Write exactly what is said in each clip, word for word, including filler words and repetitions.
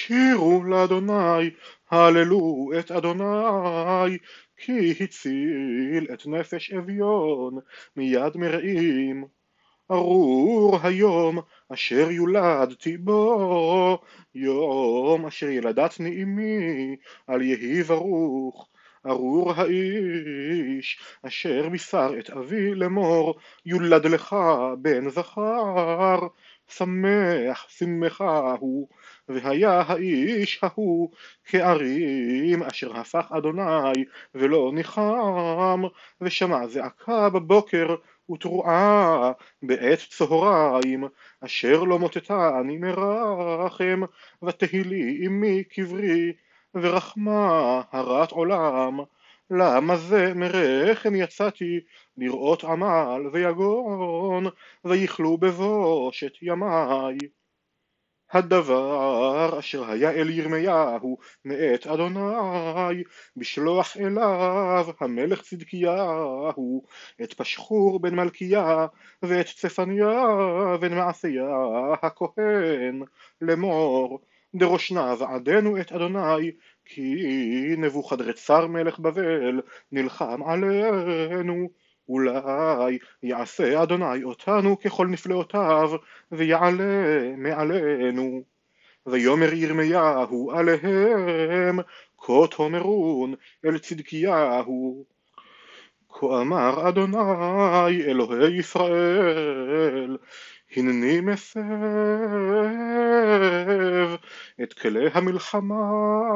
שירו לאדוני, הללו את אדוני, כי הציל את נפש אביון מיד מרעים. ארור היום אשר יולדתי בו, יום אשר ילדתני אמי, על יהי ברוך. ארור האיש אשר מסר את אבי לאמור, יולד לך בן זכר. שמח שמחה הוא, והיה האיש ההוא כערים אשר הפך אדוני ולא ניחם, ושמע זעקה בבוקר ותרועה בעת צהריים, אשר לא מוטטני מרחם, ותהי לי אמי קברי, ורחמה הרת עולם. למה זה מרחם יצאתי, לראות עמל ויגון, ויכלו בבושת ימי. הדבר אשר היה אל ירמיהו מאת אדוני, בשלוח אליו המלך צדקיהו את פשחור בן מלכיה, ואת צפניה בן מעשיה הכהן, לאמור, דרושנה ועדנו את אדוני, כי נבוכדרצר מלך בבל נלחם עלינו. אולי יעשה אדוני אותנו ככל נפלאותיו, ויעלה מעלינו. ויאמר ירמיהו עליהם, כה תאמרון אל צדקיהו, כה אמר אדוני אלוהי ישראל, הנני מסב את כלי המלחמה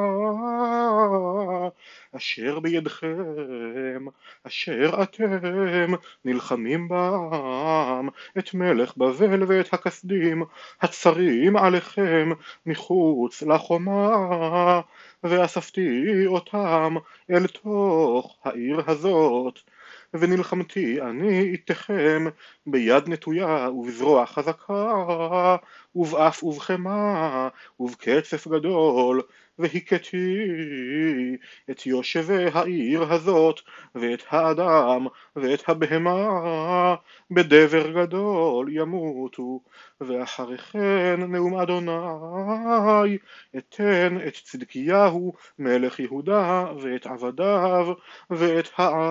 אשר בידכם, אשר אתם נלחמים בם, את מלך בבל ואת הכסדים הצרים עליכם מחוץ לחומה, ואספתי אותם אל תוך העיר הזאת, ונלחמתי אני איתכם ביד נטויה ובזרוע חזקה, ובאף ובחמה ובקצף גדול, והכיתי את יושבי העיר הזאת ואת האדם ואת הבהמה בדבר גדול ימותו. ואחרי כן נאום אדוני, אתן את צדקיהו מלך יהודה ואת עבדיו ואת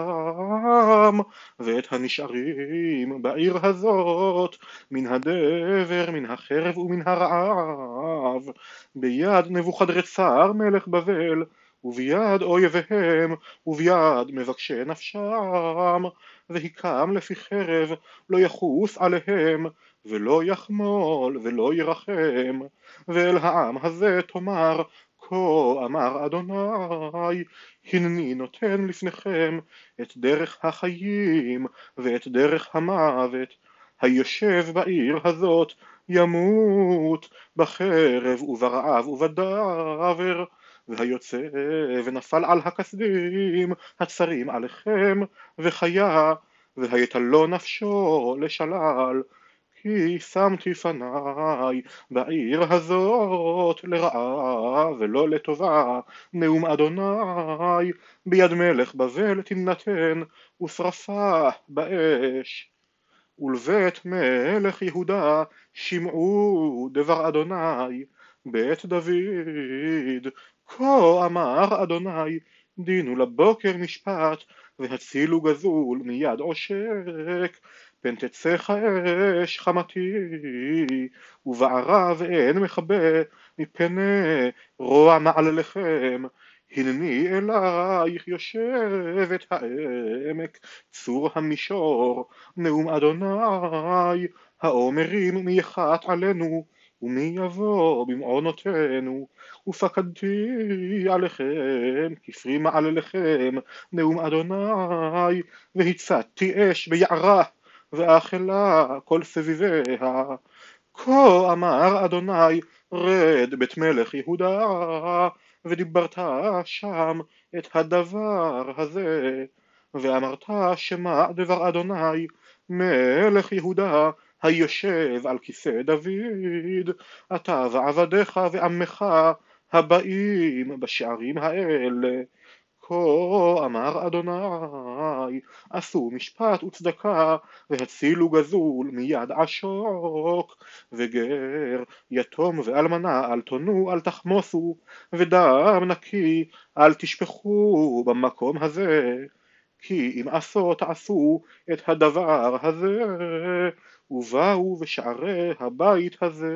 העם ואת הנשארים בעיר הזאת מן הדבר, מן החרב ומן הרעב, ביד נבוכדרצר מלך בבל, וביד אויביהם, וביד מבקשי נפשם, והיקם לפי חרב, לא יחוס עליהם, ולא יחמול ולא ירחם. ואל העם הזה תאמר, כה אמר אדוני, הנני נותן לפניכם את דרך החיים ואת דרך המוות. היושב בעיר הזאת ימות בחרב וברעב ובדבר, והיוצא ונפל על הכסדים הצרים עליכם וחיה, והייתה לו נפשו לשלל. כי שמתי פניי בעיר הזאת לרעה ולא לטובה, נאום אדוני ביד מלך בבל תינתן, ושרפה באש. ולבית מלך יהודה שמעו דבר אדוני, בית דוד, כה אמר אדוני, דינו לבוקר משפט, והצילו גזול מיד עושק, פן תצא אש חמתי, ובערה ואין מכבה, מפני רוע מעלליכם. הנני אלייך יושבת העמק, צור המישור, נאום אדוני, האומרים מי יחת עלינו, ומי יבוא במעונותינו. ופקדתי עליכם כפרי מעלליכם, נאום אדוני, והצתתי אש ביערה, ואכלה כל סביביה. כה אמר אדוני, רד בית מלך יהודה, ודיברת שם את הדבר הזה, ואמרת שמע דבר אדוני מלך יהודה היושב על כיסא דוד, אתה ועבדיך ועמך הבאים בשערים האלה. כה אמר אדוני, עשו משפט וצדקה, והצילו גזול מיד עשוק, וגר יתום ואלמנה אל תונו אל תחמוסו, ודם נקי אל תשפכו במקום הזה, כי אם עשו תעשו את הדבר הזה, ובאו בשערי הבית הזה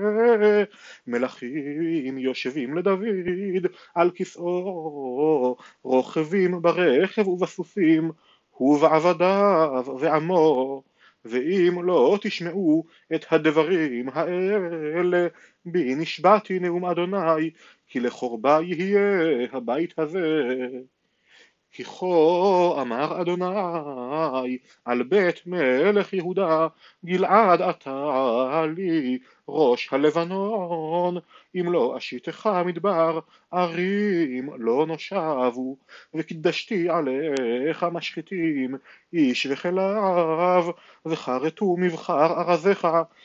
מלכים יושבים לדוד על כסאו, רוכבים ברכב ובסוסים, הוא ועבדיו ועמו. ואם לא תשמעו את הדברים האלה, בי נשבעתי נאום אדוני, כי לחורבה יהיה הבית הזה. כי כה אמר אדוני על בית מלך יהודה, גלעד אתה לי ראש הלבנון, אם לא אשיתך מדבר ערים לא נושבו, וקידשתי עליך משחיתים איש וכליו, וחרטו מבחר ארזיך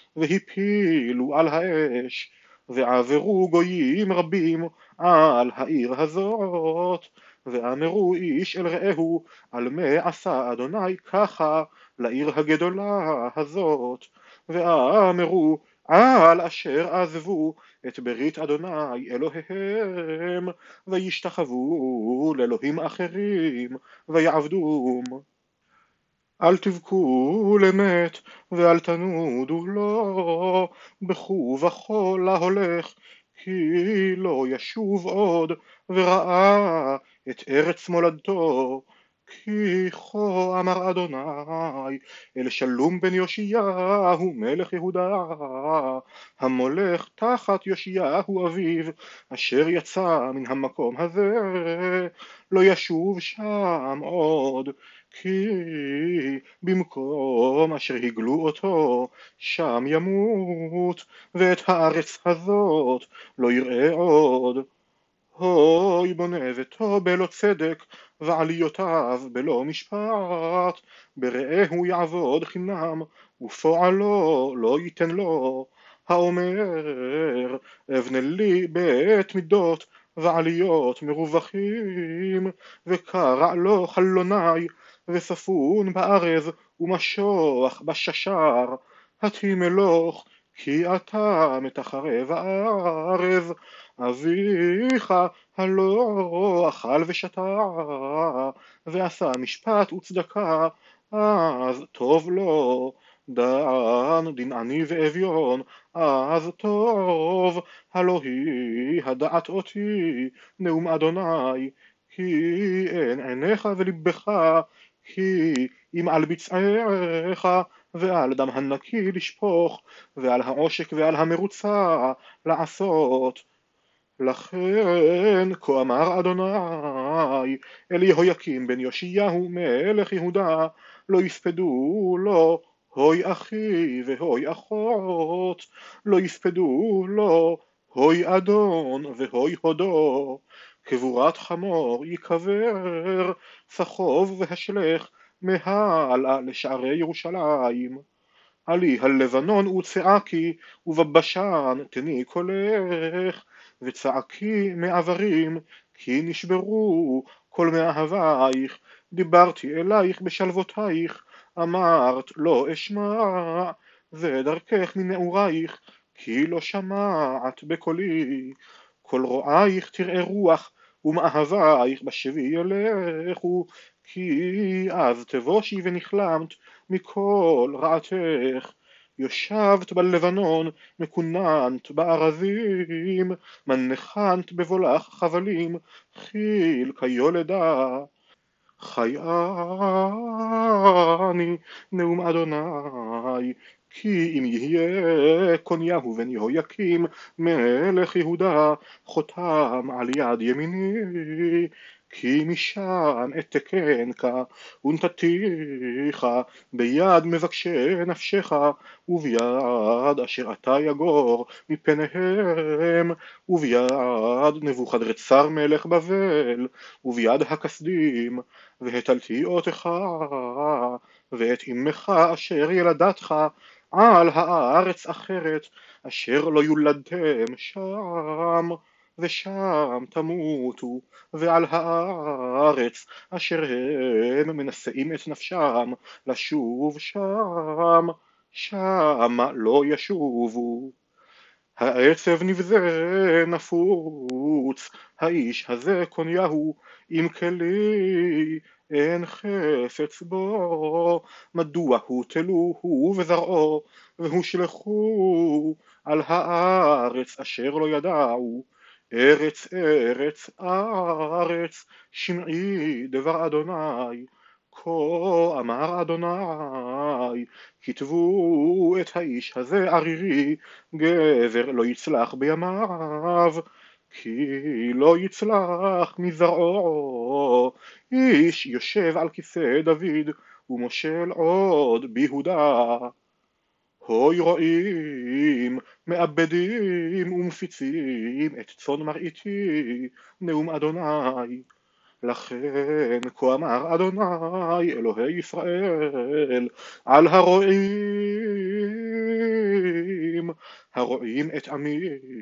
והפילו על האש, ועברו גויים רבים על העיר הזאת, ואמרו איש אל רעהו, על מה עשה אדוני ככה לעיר הגדולה הזאת, ואמרו על אשר עזבו את ברית אדוני אלוהיהם, וישתחוו לאלוהים אחרים ויעבדום. אל תבכו למת ואל תנודו לו, בכו בכו להולך, כי לא ישוב עוד וראה את ארץ מולדתו. כי כה אמר אדוני אל שלום בן יאשיהו מלך יהודה, המולך תחת יאשיהו אביו, אשר יצא מן המקום הזה, לא ישוב שם עוד, כי במקום אשר הגלו אותו שם ימות, ואת הארץ הזאת לא יראה עוד. הוי בונה ביתו בלא צדק, ועליותיו בלא משפט, ברעהו יעבוד חינם, ופועלו לא ייתן לו. האומר אבנה לי בית מידות, ועליות מרווחים, וקרע לו חלוני, וספון בארז, ומשוח בששר. התי מלוך, כי אתה מתחרב הארז, אביך הלא אכל ושתה, ועשה משפט וצדקה, אז טוב לו. דן דין עני ואביון, אז טוב, הלא היא הדעת אותי נאום אדוני, כי אין עיניך ולבך, כי אם על ביצעיך ועל דם הנקי לשפוך, ועל העושק ועל המרוצה לעשות. לכן כה אמר אדוני אל יהויקים בן יאשיהו מלך יהודה, לא יספדו לו הוי אחי והוי אחות, לא יספדו לו הוי אדון והוי הודו, קבורת חמור יקבר, סחוב והשלך מהלאה לשערי ירושלים. עלי הלבנון וצעקי, ובבשן תני קולך, וצעקי מעברים, כי נשברו כל מאהבייך. דיברתי אלייך בשלוותייך, אמרת לא אשמע, ודרכך מנעורייך, כי לא שמעת בקולי. כל רועייך תראה רוח, ומאהבייך בשבי ילכו, כי אז תבושי ונכלמת מכל רעתך. יושבת בלבנון, מקוננת בארזים, מנחנת בבולח חבלים, חיל כיולדה. חי אני נאום אדוני, כי אם יהיה קוניהו בן יהויקים מלך יהודה חותם על יד ימיני, כי משם אתקנך ונתתיך ביד מבקשי נפשך, וביד אשר אתה יגור מפניהם, וביד נבוכדרצר מלך בבל, וביד הכסדים, והטלתי אותך ואת אמך אשר ילדתך על הארץ אחרת אשר לא יולדתם שם, ושם תמותו, ועל הארץ אשר הם מנשאים את נפשם לשוב שם, שם לא ישובו. העצב נבזה נפוץ, האיש הזה קוניהו, אם כלי אין חפץ בו, מדוע הוטלוהו וזרעו, והושלכו על הארץ אשר לא ידעו, ארץ ארץ ארץ, שמעי דבר אדוני, כה אמר אדוני, כתבו את האיש הזה ערירי, גבר לא יצלח בימיו, כי לא יצלח מזרעו, איש יושב על כיסא דוד, ומושל עוד ביהודה. הוי רועים, מאבדים ומפיצים את צאן מרעיתי, נאום אדוני. לכן כה אמר אדוני אלוהי ישראל על הרועים, הרועים את עמי,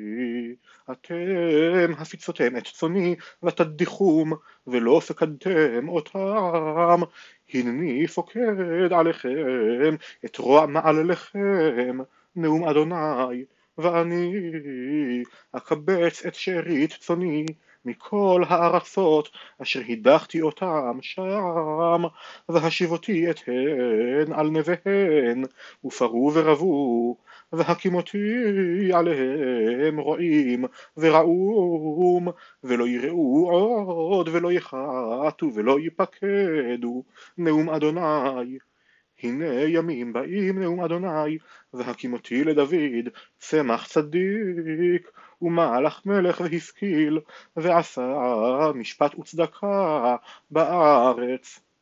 אתם הפיצותם את צאני ותדיחום, ולא פקדתם אותם, הנני פוקד עליכם את רוע מעלליכם, נאום אדוני. ואני אקבץ את שארית צאני מכל הארצות אשר הדחתי אותם שם, והשיבותי את הן על נביהן, ופרו ורבו, והקימותי עליהם רועים ורעום, ולא יראו עוד ולא יחתו ולא יפקדו, נאום אדוני. הנה ימים באים, נאום אדוני, והקימותי לדוד צמח צדיק, ומלך מלך והשכיל, ועשה משפט וצדקה בארץ.